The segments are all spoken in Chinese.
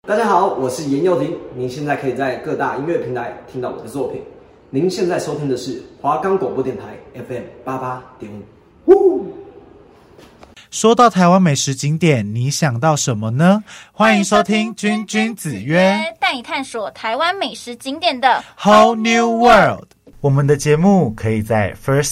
大家好，我是严佑廷，您现在可以在各大音乐平台听到我的作品。您现在收听的是华冈广播电台 FM88.5。 说到台湾美食景点，你想到什么呢？欢迎收听君君子约， 带你探索台湾美食景点的 Whole New World。我们的节目可以在 First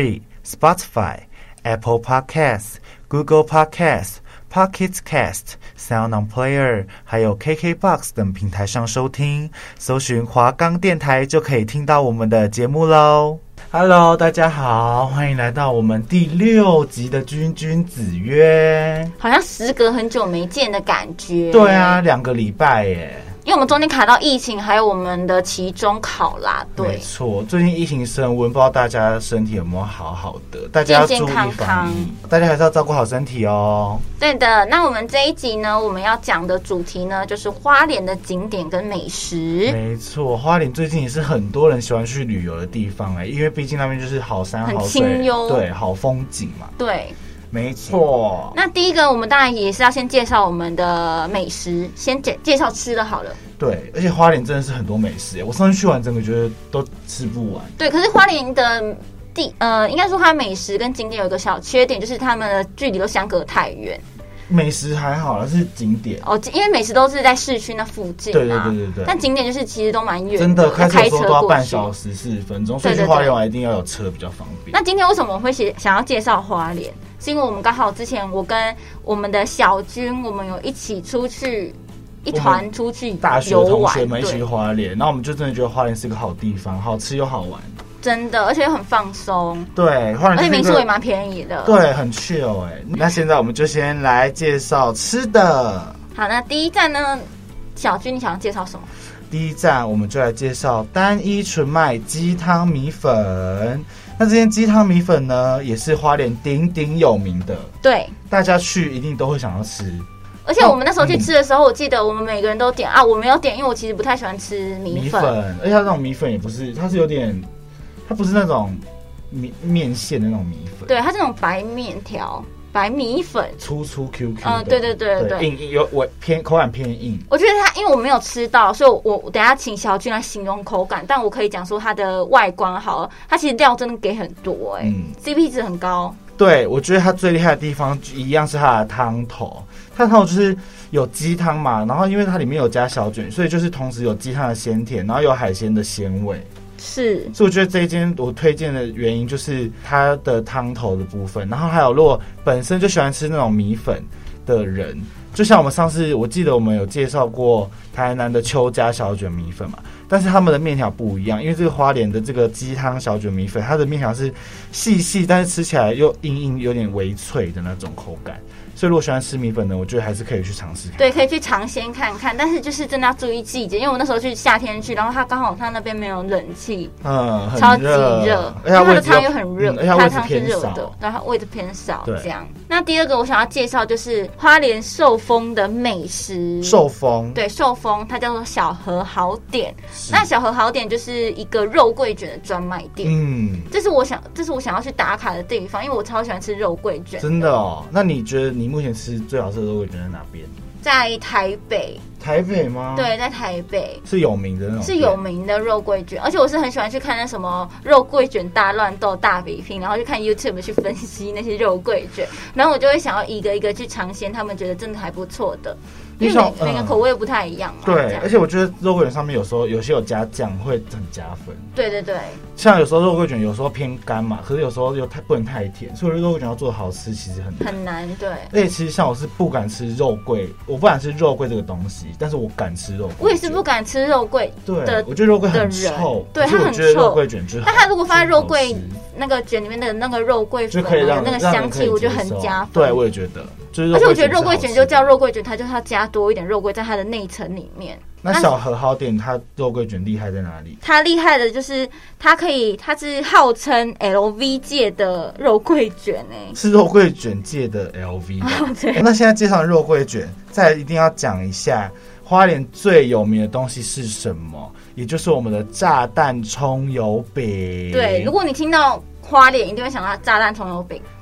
Story、Spotify、Apple Podcasts、Google Podcasts、Pocket Cast、Sound On Player 还有 KKBOX 等平台上收听，搜寻华冈电台就可以听到我们的节目咯。Hello， 大家好，欢迎来到我们第6集的君君子约。 好像时隔很久没见的感觉。 对啊，2个礼拜耶。 因为我们中间卡到疫情，还有我们的期中考啦。对， 没错，最近疫情升温，不知道大家身体有没有好好的？大家要注意防疫，大家还是要照顾好身体哦。 对的，那我们这一集呢，我们要讲的主题呢，就是花莲的景点跟美食。 没错，花莲最近也是很多人喜欢去旅游的地方因为毕竟那边就是好山好水， 很清幽， 对，好风景嘛。 对。 没错， 那第一个我们当然也是要先介绍我们的美食，先介绍吃的好了。 对，而且花莲真的是很多美食我上次去完整个觉得都吃不完。 对，可是花莲的应该说它美食跟景点有一个小缺点，就是它们的距离都相隔太远。 美食还好啦，是景点因为美食都是在市区那附近对， 但景点就是其实都蛮远的， 真的开车都要过去半小时40分钟，所以去花莲玩一定要有车比较方便。 那今天为什么我会想要介绍花莲？是因为我们刚好之前我跟我们的小军，我们有一起出去一团出去大学同学们一起去花莲，然后我们就真的觉得花莲是个好地方，好吃又好玩， 真的，而且又很放松。 对，花莲而且民宿也蛮便宜的， 对，很 chill那现在我们就先来介绍吃的。 好，那第一站呢，小军你想要介绍什么？ 第一站我们就来介绍单一纯麦鸡汤米粉。那这间鸡汤米粉呢，也是花莲鼎鼎有名的，对，大家去一定都会想要吃。 而且我们那时候去吃的时候，我记得我们每个人都点我没有点，因为我其实不太喜欢吃米粉。 而且它那种米粉也不是，它是有点，它不是那种面线的那种米粉， 对，它是那种白面条。白米粉粗 QQ 的， 对， 硬有口感偏硬。 我觉得它，因为我没有吃到，所以我等一下请小军来形容口感，但我可以讲说它的外观好了，它其实料真的给很多CP 值很高。 对，我觉得它最厉害的地方一样是它的汤头，它的汤头就是有鸡汤嘛，然后因为它里面有加小卷，所以就是同时有鸡汤的鲜甜，然后有海鲜的鲜味。 是， 所以我觉得这一间我推荐的原因就是它的汤头的部分，然后还有如果本身就喜欢吃那种米粉的人，就像我们上次我记得我们有介绍过台南的邱家小卷米粉嘛，但是他们的面条不一样，因为这个花莲的这个鸡汤小卷米粉，它的面条是细细，但是吃起来又硬硬，有点微脆的那种口感。所以如果喜欢吃米粉呢，我觉得还是可以去尝试看看。 对，可以去尝鲜看看，但是就是真的要注意季节，因为我那时候去夏天去，然后它刚好它那边没有冷气，超级热，而且它的汤又很热，它的汤是热的，然后位置偏少，这样。那第二个我想要介绍就是花莲寿丰的美食。 寿丰， 对，寿丰它叫做小和好点。那小和好点就是一个肉桂卷的专卖店，这是我想要去打卡的地方，因为我超喜欢吃肉桂卷。 真的哦？那你觉得你目前吃最好吃的肉桂卷在哪边？ 在台北。 台北吗？ 对，在台北是有名的那种， 是有名的肉桂卷，而且我是很喜欢去看那什么肉桂卷大乱斗大比拼，然后去看 YouTube 去分析那些肉桂卷，然后我就会想要一个一个去尝鲜，他们觉得真的还不错的。因为每个口味不太一样嘛。 对，而且我觉得肉桂卷上面有时候有些有加酱会很加分。 对对对。 像有时候肉桂卷有时候偏干嘛，可是有时候又不能太甜，所以肉桂卷要做好吃其实很难。对。而且其实像我是不敢吃肉桂，我不敢吃肉桂这个东西，但是我敢吃肉桂。 我也是不敢吃肉桂的。 我觉得肉桂很臭。 对，它很臭。 肉桂卷就好， 但它如果放在肉桂那个卷里面的那个肉桂粉，就可以让那个香气，我觉得很加分。 对，我也觉得。 而且我觉得肉桂卷就叫肉桂卷，它就是要加多一点肉桂在它的内层里面。 那小和好点它肉桂卷厉害在哪里？ 它厉害的就是它是号称 LV 界的肉桂卷是肉桂卷界的 LV 的。那现在介绍肉桂卷，再一定要讲一下花莲最有名的东西是什么？也就是我们的炸弹葱油饼。 对，如果你听到花莲，一定会想到炸弹葱油饼。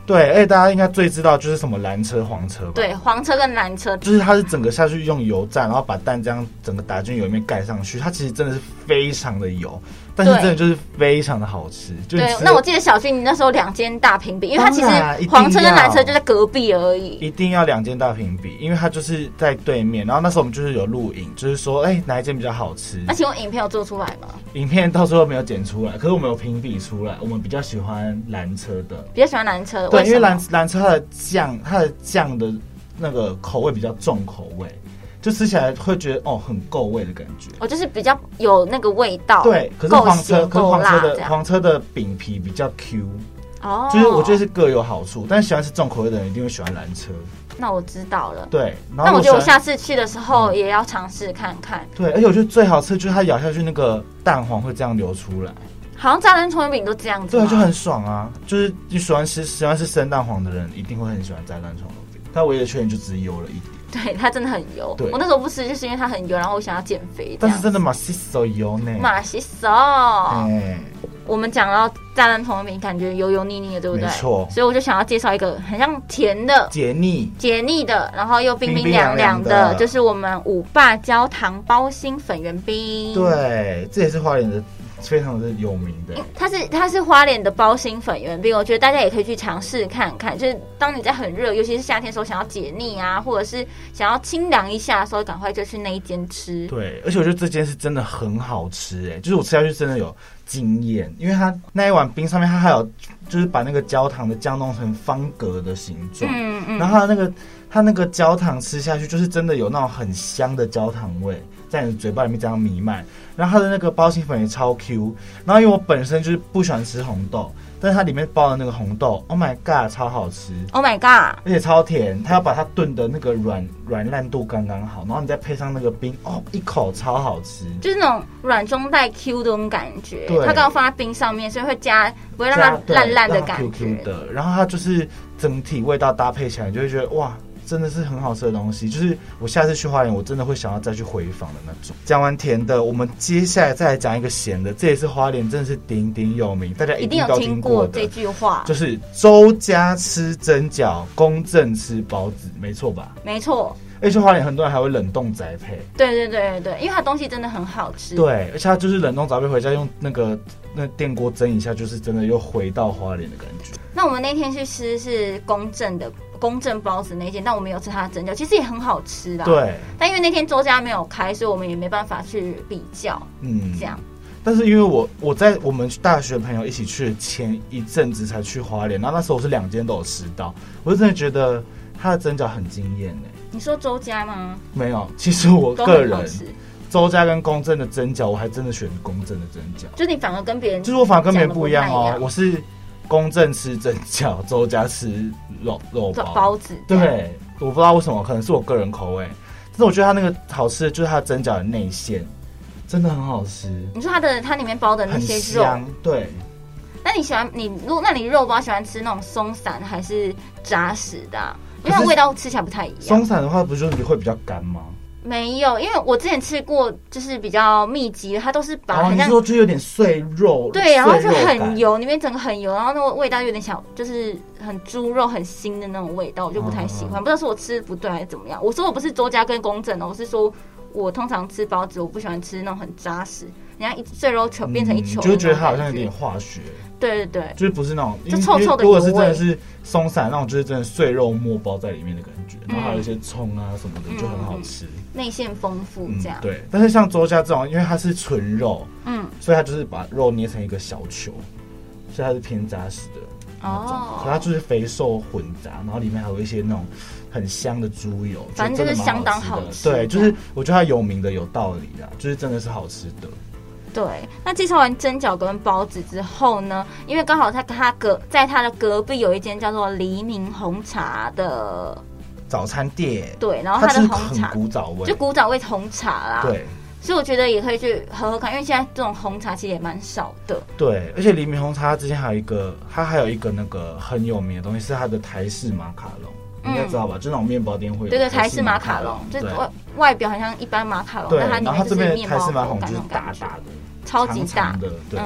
对，而且大家应该最知道就是什么蓝车、黄车吧？ 对，黄车跟蓝车， 就是它是整个下去用油炸，然后把蛋这样整个打进油里面盖上去，它其实真的是非常的油，但是真的就是非常的好吃。 对，那我记得小军你那时候2间大评比，因为它其实黄车跟蓝车就在隔壁而已。 一定要2间大评比，因为它就是在对面。然后那时候我们就是有录影，就是说，哪一间比较好吃？ 那请问影片有做出来吗？ 影片到时候没有剪出来，可是我们有评比出来，我们比较喜欢蓝车的， 比较喜欢蓝车的。 对，因为蓝车它的酱的那个口味比较重口味，就吃起来会觉得很够味的感觉。 就是比较有那个味道。 对，可是黄车的饼皮比较 Q。就是我觉得是各有好处，但是喜欢吃重口味的人一定会喜欢蓝车。 那我知道了。 对， 那我觉得我下次去的时候也要尝试看看。 对，而且我觉得最好吃就是它咬下去那个蛋黄会这样流出来。 好像炸弹葱油饼都这样子。 对，就很爽啊！就是你喜欢吃生蛋黄的人，一定会很喜欢炸弹葱油饼。它唯一的缺点就只是油了一点。 对，它真的很油。我那时候不吃，就是因为它很油，然后我想要减肥。 但是真的马西手油呢？ 马西手。我们讲到炸弹葱油饼，感觉油油腻腻的，对不对？ 没错。 所以我就想要介绍一个很像甜的、 解腻的，然后又冰冰凉凉的，就是我们五霸焦糖包心粉圆冰。 对，这也是花莲的。非常的有名的， 它是花莲的包心粉圆饼，我觉得大家也可以去尝试看看。就是当你在很热，尤其是夏天的时候，想要解腻啊，或者是想要清凉一下的时候，赶快就去那一间吃。 对，而且我觉得这间是真的很好吃就是我吃下去真的有惊艳，因为它那一碗冰上面它还有就是把那个焦糖的酱弄成方格的形状，然后它那个焦糖吃下去就是真的有那种很香的焦糖味在你的嘴巴里面这样弥漫，然后它的那个包心粉也超 Q， 然后因为我本身就是不喜欢吃红豆，但是它里面包的那个红豆 ，Oh my god， 超好吃 ，Oh my god， 而且超甜，它要把它炖的那个软烂度刚刚好，然后你再配上那个冰，一口超好吃， 就是那种软中带 Q 的那种感觉。它刚刚放在冰上面，所以不会让它烂烂的感觉。 Q 的，然后它就是整体味道搭配起来，你就会觉得哇。真的是很好吃的东西，就是我下次去花莲，我真的会想要再去回访的那种。讲完甜的，我们接下来再来讲一个咸的，这也是花莲真的是鼎鼎有名，大家一定都听过这句话， 就是周家吃蒸饺，公正吃包子，没错吧？ 没错。 而且花莲很多人还会冷冻宅配， 对，因为它东西真的很好吃。 对，而且它就是冷冻宅配回家用那电锅蒸一下，就是真的又回到花莲的感觉。 那我们那天去吃是公正包子那间，但我们有吃它的蒸饺，其实也很好吃啦。 对， 但因为那天周家没有开，所以我们也没办法去比较。这样。 但是因为我在我们大学朋友一起去的前一阵子才去花莲，然后那时候我是2间都有吃到，我就真的觉得它的蒸饺很惊艳你说周家吗？ 没有，其实我个人周家跟公正的蒸饺，我还真的选公正的蒸饺。 就你反而跟别人， 就是我反而跟别人不一样哦，我是公正吃蒸饺，周家吃肉包子。 对，我不知道为什么，可能是我个人口味，但是我觉得它那个好吃的就是它的蒸饺的内馅真的很好吃。 你说它里面包的那些肉， 很香，对。 那你喜欢那你肉包喜欢吃那种松散还是扎实的因为它味道吃起来不太一样。 松散的话，不就是会比较干吗？ 没有，因为我之前吃过，就是比较密集的，它都是把你说就有点碎肉， 对，然后就很油，里面整个很油，然后那个味道有点小，就是很猪肉很腥的那种味道，我就不太喜欢。不知道是我吃不对还是怎么样。我说我不是周家跟公正我是说我通常吃包子，我不喜欢吃那种很扎实，人家碎肉球变成一球， 就觉得它好像有点化学。 对， 就是不是那种就臭臭的。 如果是真的是松散那种，就是真的碎肉末包在里面的感觉，然后还有一些葱啊什么的，就很好吃， 内馅丰富这样。 对，但是像周家这种，因为它是纯肉，所以它就是把肉捏成一个小球，所以它是偏扎实的所以它就是肥瘦混杂，然后里面还有一些那种很香的猪油， 反正就是相当好吃。 对，就是我觉得它有名的有道理啦，就是真的是好吃的。 对，那介绍完蒸饺跟包子之后呢，因为刚好在他的隔壁有一间叫做黎明红茶的早餐店， 对，然后它的红茶很古早味， 就古早味红茶啦， 对， 所以我觉得也可以去喝喝看，因为现在这种红茶其实也蛮少的。 对，而且黎明红茶之前还有一个那个很有名的东西，是它的台式马卡龙。应该知道吧？就那种面包店会有对台式马卡龙，就是外表好像一般马卡龙，但它里面就是面包台式马卡龙就是大大的， 超级大的，对。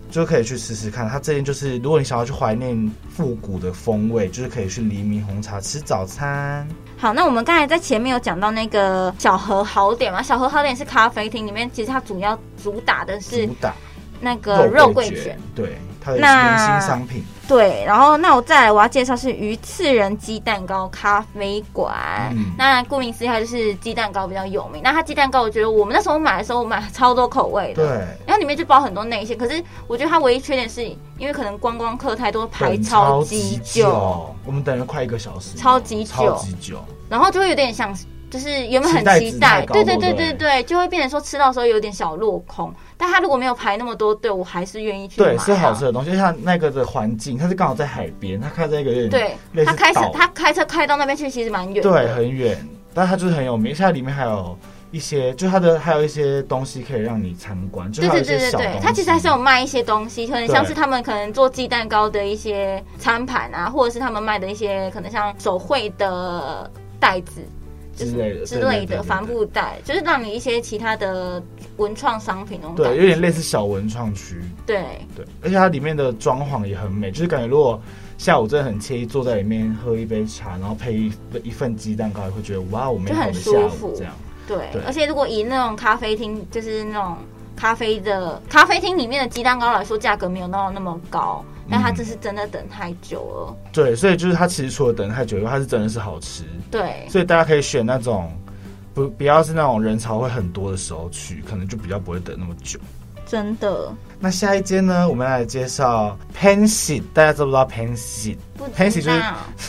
就可以去试试看。它这边就是如果你想要去怀念复古的风味，就是可以去黎明红茶吃早餐。 好，那我们刚才在前面有讲到那个小和好点嘛，小和好点是咖啡厅里面，其实它主要主打的是那个肉桂卷， 对，它的明星商品。 对，然后那我要介绍是鱼刺人鸡蛋糕咖啡馆。那顾名思义，它就是鸡蛋糕比较有名。那它鸡蛋糕，我觉得我们那时候买的时候，我买超多口味的， 对， 然后里面就包很多内馅。可是我觉得它唯一缺点是因为可能观光客太多，排超级久， 我们等了快1个小时， 超级久，然后就会有点像。就是原本很期待，对，就会变成说吃到的时候有点小落空。但他如果没有排那么多队，我还是愿意去买。 对，是好吃的东西。像那个的环境，它是刚好在海边，它开在一个有点对，他开车开到那边去，其实蛮远的， 对，很远。但它就是很有名，现在里面还有一些，就还有一些东西可以让你参观，就还有一些小东西。 它其实还是有卖一些东西，可能像是他们可能做鸡蛋糕的一些餐盘啊，或者是他们卖的一些可能像手绘的袋子。之类的帆布袋，就是让你一些其他的文创商品那种感觉， 对，有点类似小文创区。 对， 而且它里面的装潢也很美，就是感觉如果下午真的很惬意，坐在里面喝一杯茶，然后配一份鸡蛋糕，也会觉得哇，我美好的下午这样。对， 而且如果以那种咖啡厅，就是那种咖啡厅里面的鸡蛋糕来说，价格没有到那么高。但它这是真的等太久了， 对，所以就是它其实除了等太久以外，它是真的是好吃， 对， 所以大家可以选那种不要是那种人潮会很多的时候去，可能就比较不会等那么久， 真的。 那下一间呢，我们来介绍 Pensit， 大家知不知道 Pensit？Pensit 就是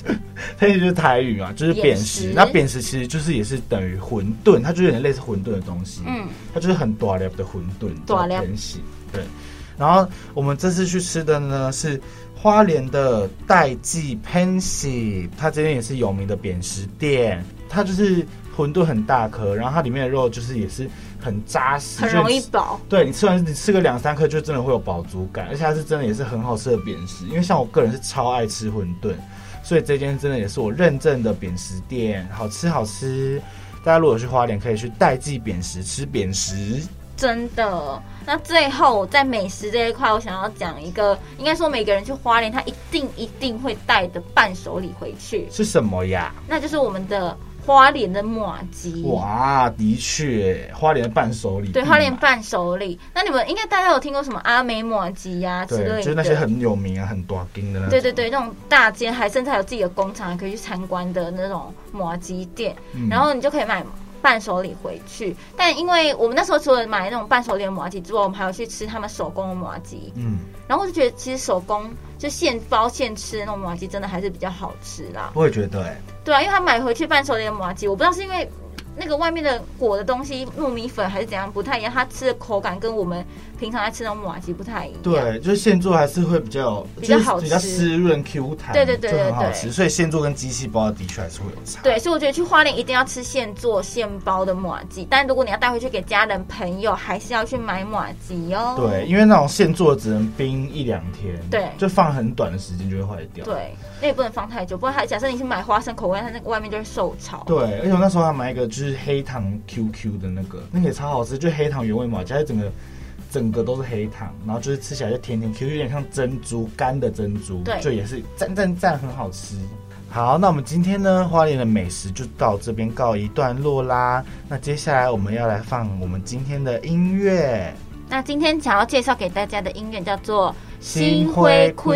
Pensit 就是台语嘛，就是扁食。那扁食其实就是也是等于馄饨，它就有点类似馄饨的东西，它就是很大粒的馄饨，大粒 Pensit， 对。然后我们这次去吃的呢是花莲的代记 Pensit， 它这边也是有名的扁食店，它就是馄饨很大颗，然后它里面的肉就是也是很扎实， 很容易饱。 对，你吃个2-3颗就真的会有饱足感，而且它是真的也是很好吃的扁食。因为像我个人是超爱吃馄饨，所以这间真的也是我认证的扁食店，好吃。大家如果去花莲可以去代记扁食吃扁食。 真的，那最后在美食这一块，我想要讲一个，应该说每个人去花莲，他一定会带的伴手礼回去是什么呀？ 那就是我们的花莲的麻糬。 哇，的确，花莲的伴手礼。 对，花莲伴手礼。那你们应该大家有听过什么阿美麻糬呀之类的， 就是那些很有名啊、很大间的那种。 对，那种大间甚至还有自己的工厂，可以去参观的那种麻糬店，然后你就可以买伴手礼回去。但因为我们那时候除了买那种伴手礼的麻糬之外，我们还有去吃他们手工的麻糬，然后我就觉得其实手工就现包现吃的那种麻糬真的还是比较好吃啦。 我也觉得对啊，因为他买回去伴手礼的麻糬，我不知道是因为那个外面的裹的东西糯米粉还是怎样不太一样，它吃的口感跟我们平常在吃那种麻糬不太一样。 对，就是现做还是会比较好吃， 比较湿润 Q 弹， 对， 就很好吃。所以现做跟机器包的确还是会有差。 对，所以我觉得去花莲一定要吃现做现包的麻糬，但如果你要带回去给家人朋友，还是要去买麻糬哦。 对，因为那种现做的只能冰1-2天， 对， 就放很短的时间就会坏掉。 对，那也不能放太久，不然假设你是买花生口味，它那个外面就会受潮。 对，而且我那时候还买一个就是黑糖 QQ 的那个也超好吃，就黑糖原味麻糬，它整个都是黑糖，然后就是吃起来就甜甜 Q， 有点像珍珠干的珍珠，对，就也是赞很好吃。好，那我们今天呢花莲的美食就到这边告一段落啦。那接下来我们要来放我们今天的音乐。 那今天想要介绍给大家的音乐叫做心花开。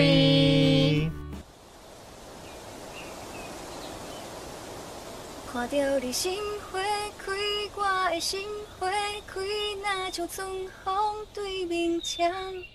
看到你心花开，我的心花开，若像春风对面墙。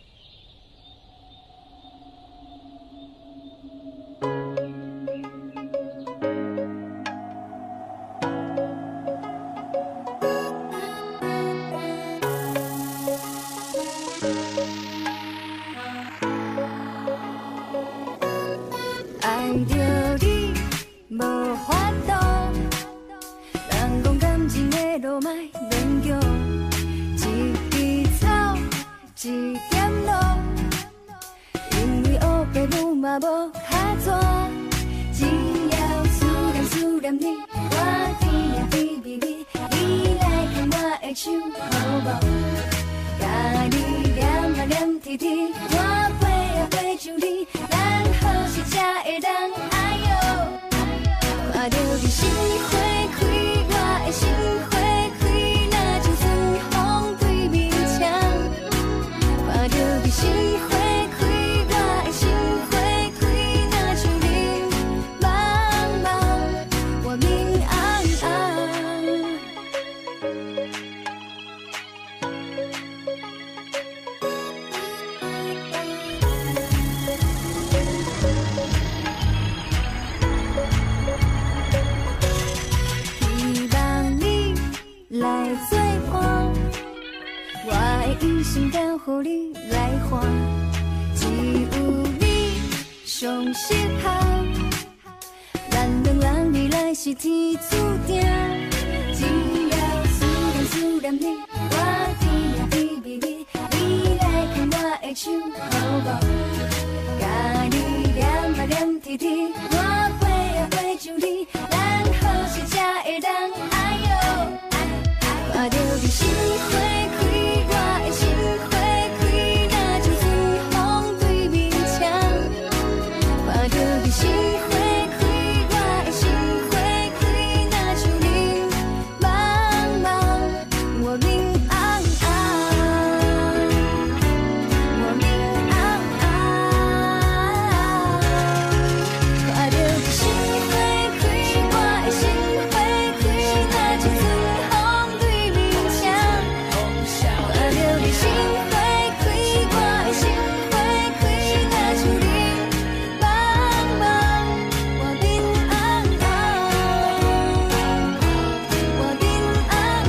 爱着你，无法度。人讲感情的路莫勉强，一枝草，一点露。因为黑白母嘛无卡纸，只要思念你，我天啊甜蜜蜜，你来牵我的手，好无？甲你念啊念。 甜甜，我飞啊飞像你，咱好是才会当哎呦，看到你心花开，我的心花开，若像春风对面墙，看到你心花开，我的心花开，若像林茫茫，我明暗暗。来作伴，我的一生交予你来换，只有你上适合。咱两人未来是天注定，只要思念你，我甜啊甜蜜蜜，你来牵我的手，好无？甲你念啊念甜甜，我飞啊飞像你，咱好是才会当哎呦。看到你心花开，我的心花开，若像春风对面墙。看到你心花开，我的心花开，若像林茫茫，我明暗暗，我明暗暗。看到你心花开，我的心花开，若像春风对面墙。看到你心花开，我的心花开，若像林茫茫，我明暗暗，我明暗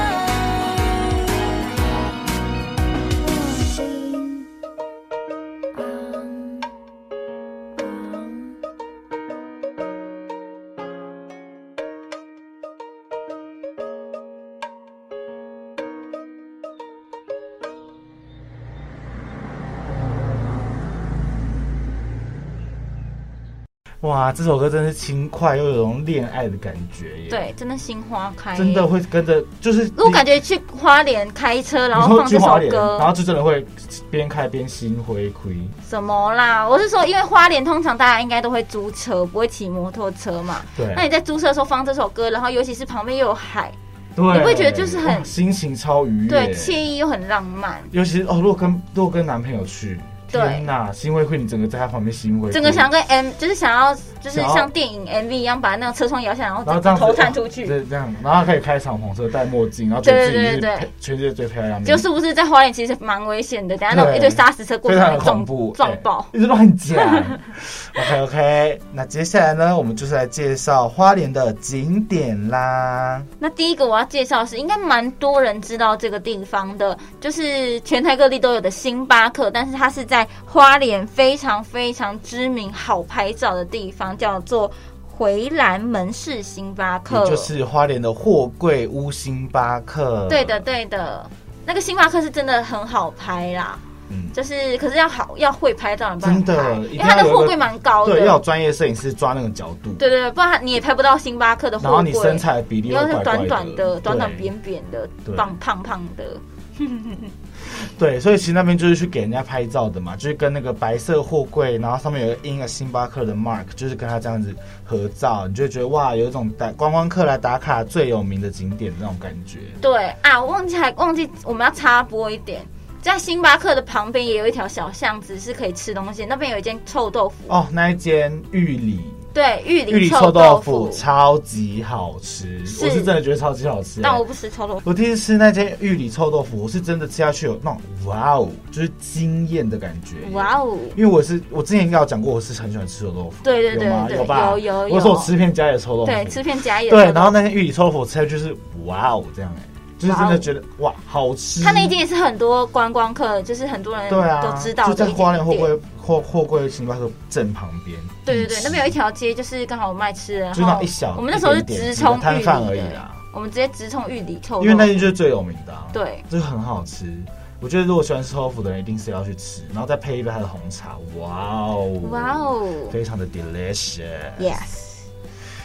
哇，这首歌真是轻快又有种恋爱的感觉耶。 对，真的心花开， 真的会跟着，就是如果感觉去花莲开车，然后放这首歌， 然后就真的会边开边心花开。 什么啦？我是说，因为花莲通常大家应该都会租车，不会骑摩托车嘛。 对。 那你在租车的时候放这首歌，然后尤其是旁边又有海， 对， 你不会觉得就是很心情超愉悦， 对，惬意又很浪漫。 尤其是如果跟男朋友去。天哪，心会你整个在他旁边心会， 整个想跟就是想要像电影 MV 一样，把那个车窗摇下来，然后整个头探出去， 对，这样，然后可以开敞篷车，戴墨镜，然后觉得自己是全世界最漂亮的。 就是不是在花莲其实蛮危险的，等下那种一堆砂石车过去，非常恐怖， 撞爆， 一直乱讲。OK， 那接下来呢，我们就是来介绍花莲的景点啦。 那第一个我要介绍的是，应该蛮多人知道这个地方的，就是全台各地都有的星巴克，但是它是在花莲非常非常知名、好拍照的地方，叫做回蓝门市星巴克， 也就是花莲的货柜屋星巴克。 对的，对的，那个星巴克是真的很好拍啦。就是可是要会拍照， 真的， 因为它的货柜蛮高的， 对，要有专业摄影师抓那个角度， 对对对，不然你也拍不到星巴克的货柜。 然后你身材比例又怪怪的， 短短的、短短扁扁的、胖胖的。 对，所以其实那边就是去给人家拍照的嘛，就是跟那个白色货柜，然后上面有印了星巴克的 mark， 就是跟他这样子合照，你就会觉得哇，有一种观光客来打卡最有名的景点那种感觉。 对啊，我忘记我们要插播一点。在星巴克的旁边也有一条小巷子是可以吃东西，那边有一间臭豆腐哦，那一间玉里， 对，玉里臭豆腐超级好吃，我是真的觉得超级好吃， 但我不吃臭豆腐。 我第一次吃那间玉里臭豆腐，我是真的吃下去有那种哇哦，就是惊艳的感觉， 哇哦！ 因为我之前应该有讲过，我是很喜欢吃臭豆腐， 对对对， 有吧？ 有。 我说我吃遍家里的臭豆腐， 对，吃遍家里的。 对，然后那间玉里臭豆腐吃下去就是哇哦这样就是真的觉得哇好吃。 他那间也是很多观光客，就是很多人都知道的， 就在花莲货柜星巴克正旁边。 对对对，那边有一条街，就是刚好我们爱吃的， 就那一小， 我们那时候是直冲摊贩而已啦。 我们直接直冲玉里臭豆腐， 因为那间就是最有名的， 对， 这个很好吃。我觉得如果喜欢吃豆腐的人，一定是要去吃，然后再配一杯它的红茶，哇哦， 哇哦， 非常的 delicious。 Yes。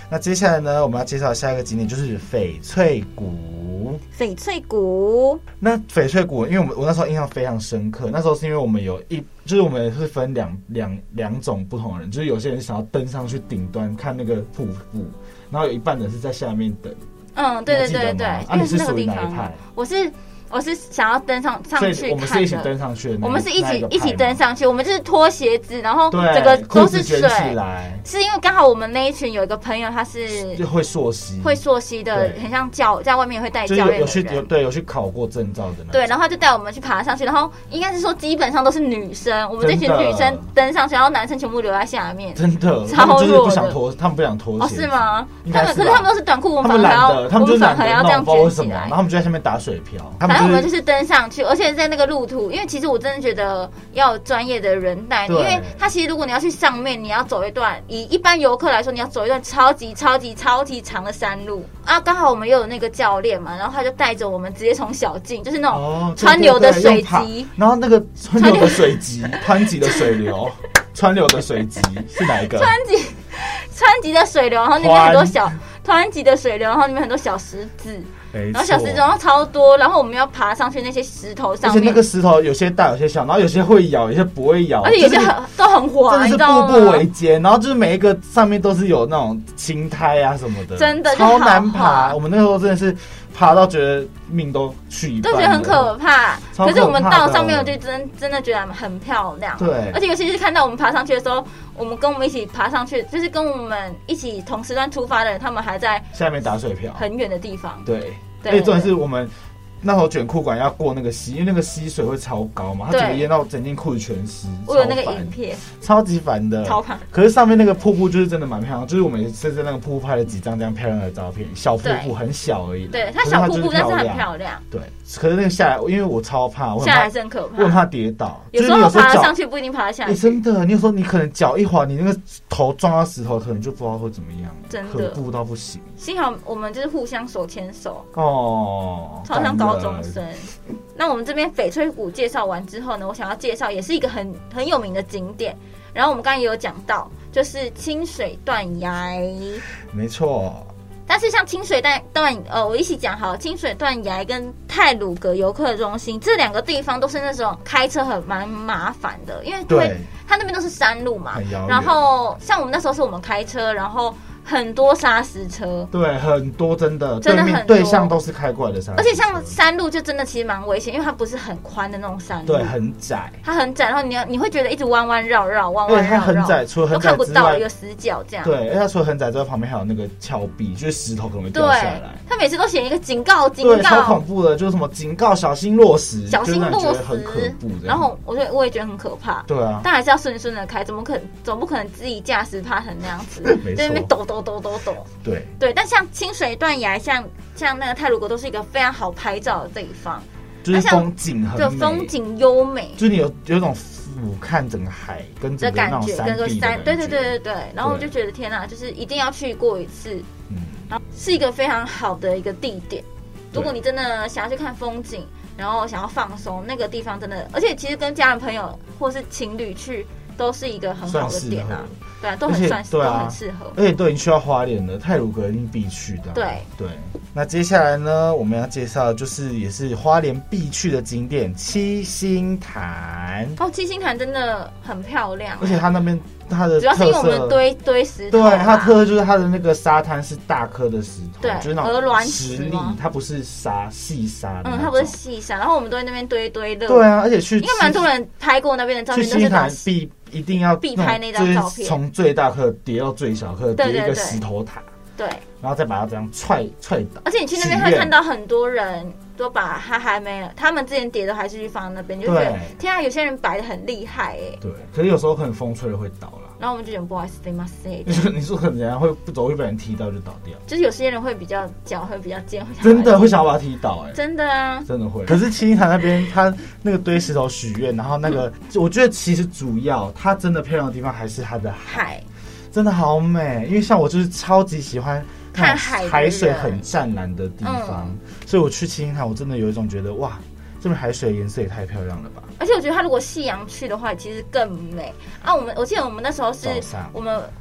那接下来呢，我们要介绍下一个景点就是翡翠谷。 翡翠谷， 那翡翠谷，因为我那时候印象非常深刻，那时候是因为我们就是我们会分两种不同的人，就是有些人想要登上去顶端看那个瀑布，然后有一半人是在下面等。 对对对对， 你是属于哪一派？ 我是想要登上去看的， 所以我们是一起登上去的。 我们是一起登上去，我们就是脱鞋子，然后整个都是水。是因为刚好我们那一群有一个朋友，他是会溯溪的，很像在外面会带教练的人， 有去考过证照的那种。 对，然后他就带我们去爬上去，然后应该是说基本上都是女生，我们这群女生登上去，然后男生全部留在下面， 真的超弱的。 他们不想脱鞋， 是吗？ 可是他们都是短裤，我们懒得，他们就是懒得要这样卷起来，然后他们就在下面打水漂。 反正我们就是登上去，而且在那个路途，因为其实我真的觉得要有专业的人带你，因为他其实如果你要去上面，你要走一段，以一般游客来说，你要走一段超级长的山路啊。刚好我们又有那个教练嘛，然后他就带着我们直接从小径，就是那种川流的水急， 然后那个川流的水急，湍急的水流，川流的水急是哪一个？ 湍急的水流，然后那边很多小湍急的水流，然后里面很多小石子。然后小石子然后超多，然后我们要爬上去那些石头上面， 而且那个石头有些大有些小，然后有些会咬，有些不会咬， 而且有些都很滑， 真的是步步维艰。然后就是每一个上面都是有那种青苔啊什么的， 真的超难爬。我们那时候真的是爬到觉得命都去一半， 都觉得很可怕。可是我们到上面，我就真的觉得很漂亮。 对， 而且尤其是看到我们爬上去的时候，我们跟我们一起爬上去，就是跟我们一起同时段出发的人，他们还在下面打水漂， 很远的地方。 对。而且重点是我们那时候卷裤管要过那个溪，因为那个溪水会超高嘛，它整个淹到整件裤子全湿。 我有那个影片， 超级烦的， 超烦。 可是上面那个瀑布就是真的蛮漂亮，就是我们甚至那个瀑布拍了几张这样漂亮的照片，小瀑布很小而已。 对，它小瀑布但是很漂亮。 对，可是那个下来，因为我超怕， 下来是很可怕， 我很怕跌倒。 有时候爬上去不一定爬得下来。 真的，你有时候你可能脚一滑，你那个头撞到石头，可能就不知道会怎么样， 真的可怖到不行。 幸好我们就是互相手牵手超像高中生。那我们这边翡翠谷介绍完之后呢，我想要介绍也是一个很有名的景点。然后我们刚刚也有讲到，就是清水断崖。 没错。 但是像清水我一起讲好，清水断崖跟太鲁阁游客中心这两个地方都是那种开车蛮麻烦的，因为它那边都是山路嘛。然后像我们那时候是我们开车，然后很多砂石车， 对，很多真的很多对象都是开过来的砂石车， 而且像山路就真的其实蛮危险，因为它不是很宽的那种山路， 对，很窄， 它很窄，然后你会觉得一直弯弯绕绕， 它很窄，除了很窄都看不到一个死角这样。 对，而且它除了很窄之外，旁边还有那个峭壁，就是石头可能会掉下来。 它每次都写一个警告， 对，超恐怖的，就是什么警告，小心落石， 小心落石， 很可怖。 然后我也觉得很可怕。 对啊， 但还是要顺的开，总不可能自己驾驶趴成那样子，在那边抖。对，但像清水断崖，像那个太鲁阁都是一个非常好拍照的地方， 就是风景很美， 对，风景优美， 就是你有一种俯瞰整个海跟整个那种山壁的感觉， 对。然后我就觉得天哪，就是一定要去过一次，然后是一个非常好的一个地点。如果你真的想要去看风景，然后想要放松，那个地方真的，而且其实跟家人朋友或是情侣去都是一个很好的点啊。对啊，都很适合， 而且都已经去到花莲了，太鲁阁一定必去的。 对。 那接下来呢，我们要介绍就是也是花莲必去的景点七星潭。 七星潭真的很漂亮， 而且它那边它的主要是因为我们堆石头， 对，它的特色就是它的那个沙滩是大颗的石头， 对， 就是那种石粒，它不是细沙的， 它不是细沙，然后我们都在那边堆乐。 对啊，而且应该蛮多人拍过那边的照片， 去七星潭一定要必拍那张照片， 从最大颗叠到最小颗，叠一个石头塔， 对， 然后再把它这样踹倒。 而且你去那边会看到很多人都把它还没有，他们之前叠的还是去放那边，就觉得天啊，有些人摆的很厉害哎。 对，可是有时候可能风吹了会倒啦。 然后我们就觉得不好意思，对吗？ 你说可能人家会不走会被人踢到就倒掉， 就是有些人会脚会比较尖， 真的会想要把它踢倒哎， 真的啊， 真的会。可是七星潭那边，它那个堆石头许愿，然后那个我觉得其实主要它真的漂亮的地方还是它的海，真的好美。因为像我就是超级喜欢看海水很湛蓝的地方，所以我去七星潭，我真的有一种觉得哇，这边海水颜色也太漂亮了吧。 而且我觉得它如果夕阳去的话，其实更美啊！我记得我们那时候是我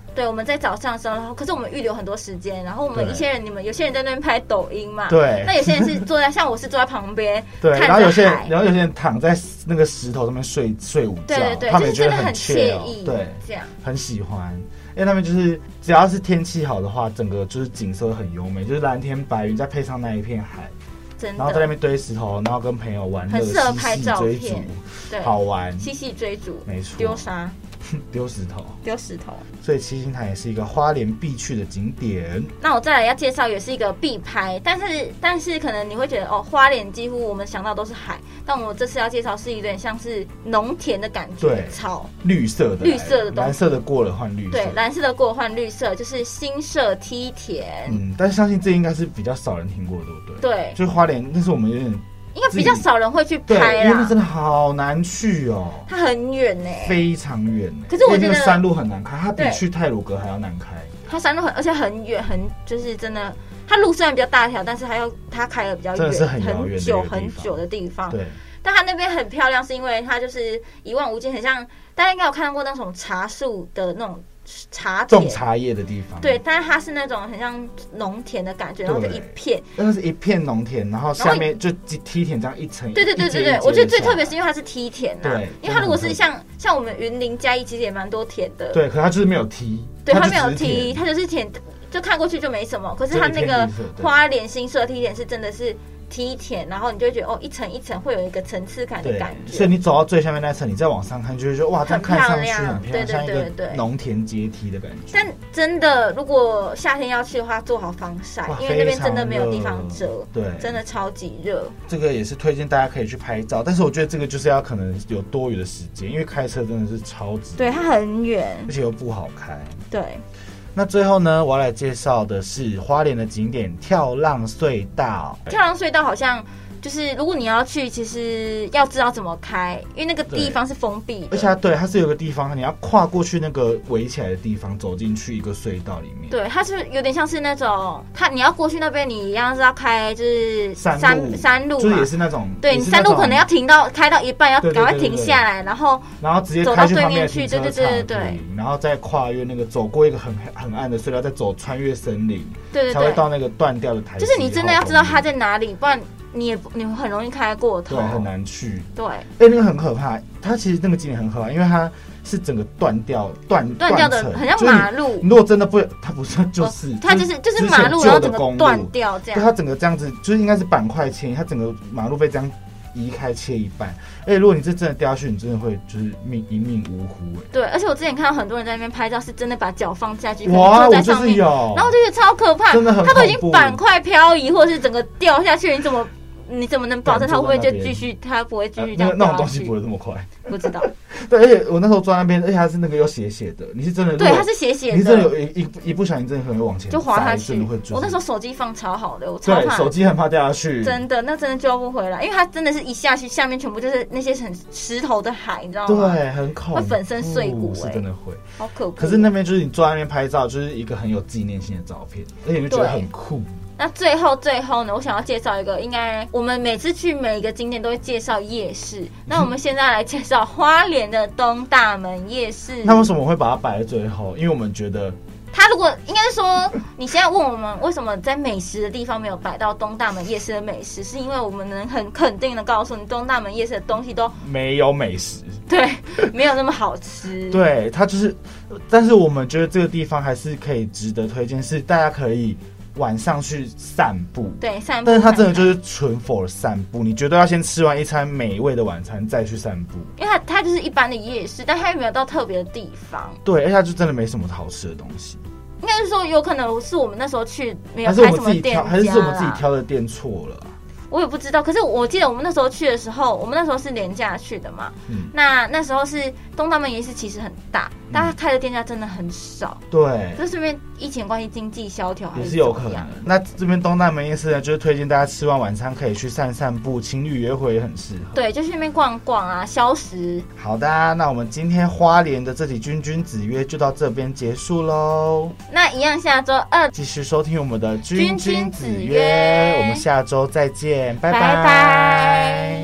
对，我们在早上的时候，然后可是我们预留很多时间，然后我们一些人，有些人在那边拍抖音嘛， 对， 那有些人是坐在，像我是坐在旁边， 对， 看着海， 然后有些人躺在那个石头上面睡午觉， 对对对， 他们也觉得很惬意， 对， 这样很喜欢。因为他们就是只要是天气好的话，整个就是景色很优美，就是蓝天白云，再配上那一片海，然后在那边堆石头，然后跟朋友玩乐， 很适合拍照片， 对，好玩， 嬉戏追逐， 没错， 丢沙。 丢石头，所以七星潭也是一个花莲必去的景点。 那我再来要介绍，也是一个必拍，但是可能你会觉得哦，花莲几乎我们想到都是海，但我这次要介绍是有点像是农田的感觉，草绿色的东西，蓝色的过了换绿色， 对，蓝色的过了换绿色，就是新社梯田。 但是相信这应该是比较少人听过，对不对？ 对， 就是花莲，但是我们有点。 应该比较少人会去拍啦， 因为真的好难去哦， 它很远呢， 非常远。 可是我觉得山路很难开，它比去太鲁阁还要难开。 它山路而且很远，就是真的，它路虽然比较大条，但是它开的比较远， 真的是很遥远很久的地方。 对， 但它那边很漂亮，是因为它就是一望无际，很像大家应该有看过那种茶树的那种。 种茶叶的地方， 对，但是它是那种很像农田的感觉，然后就一片， 那是一片农田，然后下面就梯田这样一层， 对，我觉得最特别是因为它是梯田呐， 对， 因为它如果是像我们云林嘉义其实也蛮多田的， 对，可它就是没有梯， 对，它没有梯，它就是田，就看过去就没什么，可是它那个花莲新社梯田是真的是。梯田，然后你就会觉得哦，一层一层会有一个层次感的感觉。 所以你走到最下面那层，你再往上看，就会觉得哇，这样看上去很漂亮， 像一个农田阶梯的感觉。 但真的，如果夏天要去的话，做好防晒，因为那边真的没有地方遮， 对， 真的超级热。 这个也是推荐大家可以去拍照，但是我觉得这个就是要可能有多余的时间，因为开车真的是超级， 对，它很远， 而且又不好开， 对。 那最后呢，我要来介绍的是花莲的景点跳浪隧道。 跳浪隧道好像就是如果你要去，其实要知道怎么开，因为那个地方是封闭的， 而且它是有个地方你要跨过去那个围起来的地方，走进去一个隧道里面。 对，它是有点像是那种，你要过去那边，你一样是要开就是山路嘛， 就是也是那种， 对你山路可能要开到一半要赶快停下来，然后直接走到对面去，对， 然后再跨越那个走过一个很暗的隧道，再穿越森林， 对， 才会到那个断掉的台阶。 就是你真的要知道它在哪里，不然。你很容易开过头， 对，很难去。 对， 那个很可怕。它其实那个景点很可怕，因为它是整个断掉的， 很像马路。 如果真的它不是就是它就是马路，然后整个断掉这样。 对，它整个这样子，就是应该是板块迁移，它整个马路被这样移开切一半。而且如果你这真的掉下去，你真的会就是一命呜呼对，而且我之前看到很多人在那边拍照，是真的把脚放下去， 哇， 坐在上面，然后我就觉得超可怕， 真的很恐怖。 它都已经板块漂移，或者是整个掉下去，你怎么能保证它会不会就继续？它不会继续这样掉下去？ 那种东西不会这么快， 不知道。 对，而且我那时候坐在那边，而且它是那个又斜斜的，你是真的对，它是斜斜的， 你真的有一不小心，真的可能会往前就滑下去。我那时候手机放超好的，我超怕手机很怕掉下去， 真的，那真的救不回来，因为它真的是一下去，下面全部就是那些很石头的海，你知道吗？ 对，很恐怖， 会粉身碎骨， 是真的会， 好可怕。 可是那边就是你坐在那边拍照，就是一个很有纪念性的照片，而且你就觉得很酷。 那最后呢，我想要介绍一个，应该我们每次去每一个景点都会介绍夜市。那我们现在来介绍花莲的东大门夜市。 那为什么我会把它摆在最后？因为我们觉得， 它如果应该是说，你现在问我们为什么在美食的地方没有摆到东大门夜市的美食，是因为我们能很肯定的告诉你，东大门夜市的东西都没有美食， 对，没有那么好吃。 对，它就是，但是我们觉得这个地方还是可以值得推荐，是大家可以晚上去散步， 对，散步， 但是它真的就是纯 for 散步，你绝对要先吃完一餐美味的晚餐再去散步， 因为它就是一般的夜市，但它又没有到特别的地方， 对，而且它就真的没什么好吃的东西。 应该是说有可能是我们那时候去没有开什么店家， 还是我们自己挑的店错了我也不知道，可是我记得我们那时候去的时候，我们那时候是廉价去的嘛。那时候是东大门夜市其实很大，但它开的店家真的很少。 对， 就是这边疫情关系经济萧条也是有可能。那这边东大门夜市呢，就是推荐大家吃完晚餐可以去散散步，情侣约会也很适合。 对，就去那边逛逛啊，消食。 好的，那我们今天花莲的这集君君子约就到这边结束喽。 那一样下周2 继续收听我们的君君子约，我们下周再见。拜拜。